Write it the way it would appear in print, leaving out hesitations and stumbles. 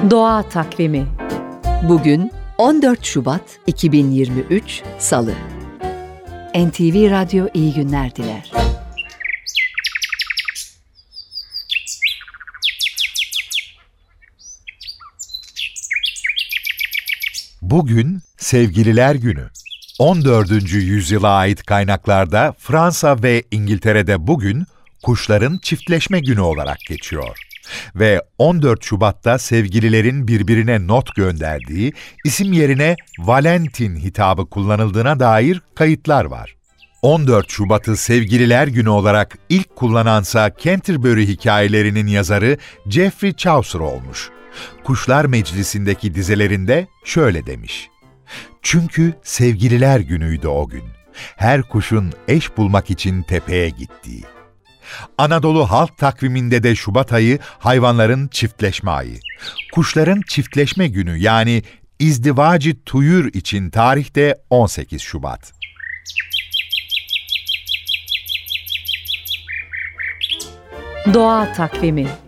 Doğa Takvimi. Bugün 14 Şubat 2023 Salı. NTV Radyo iyi günler diler. Bugün Sevgililer Günü. 14. yüzyıla ait kaynaklarda Fransa ve İngiltere'de bugün kuşların çiftleşme günü olarak geçiyor. Ve 14 Şubat'ta sevgililerin birbirine not gönderdiği, isim yerine Valentin hitabı kullanıldığına dair kayıtlar var. 14 Şubat'ı Sevgililer Günü olarak ilk kullanansa Canterbury hikayelerinin yazarı Geoffrey Chaucer olmuş. Kuşlar Meclisi'ndeki dizelerinde şöyle demiş: "Çünkü Sevgililer Günü'ydü o gün. Her kuşun eş bulmak için tepeye gittiği." Anadolu halk takviminde de Şubat ayı hayvanların çiftleşme ayı. Kuşların çiftleşme günü yani İzdivacı Tuyur için tarihte 18 Şubat. Doğa Takvimi.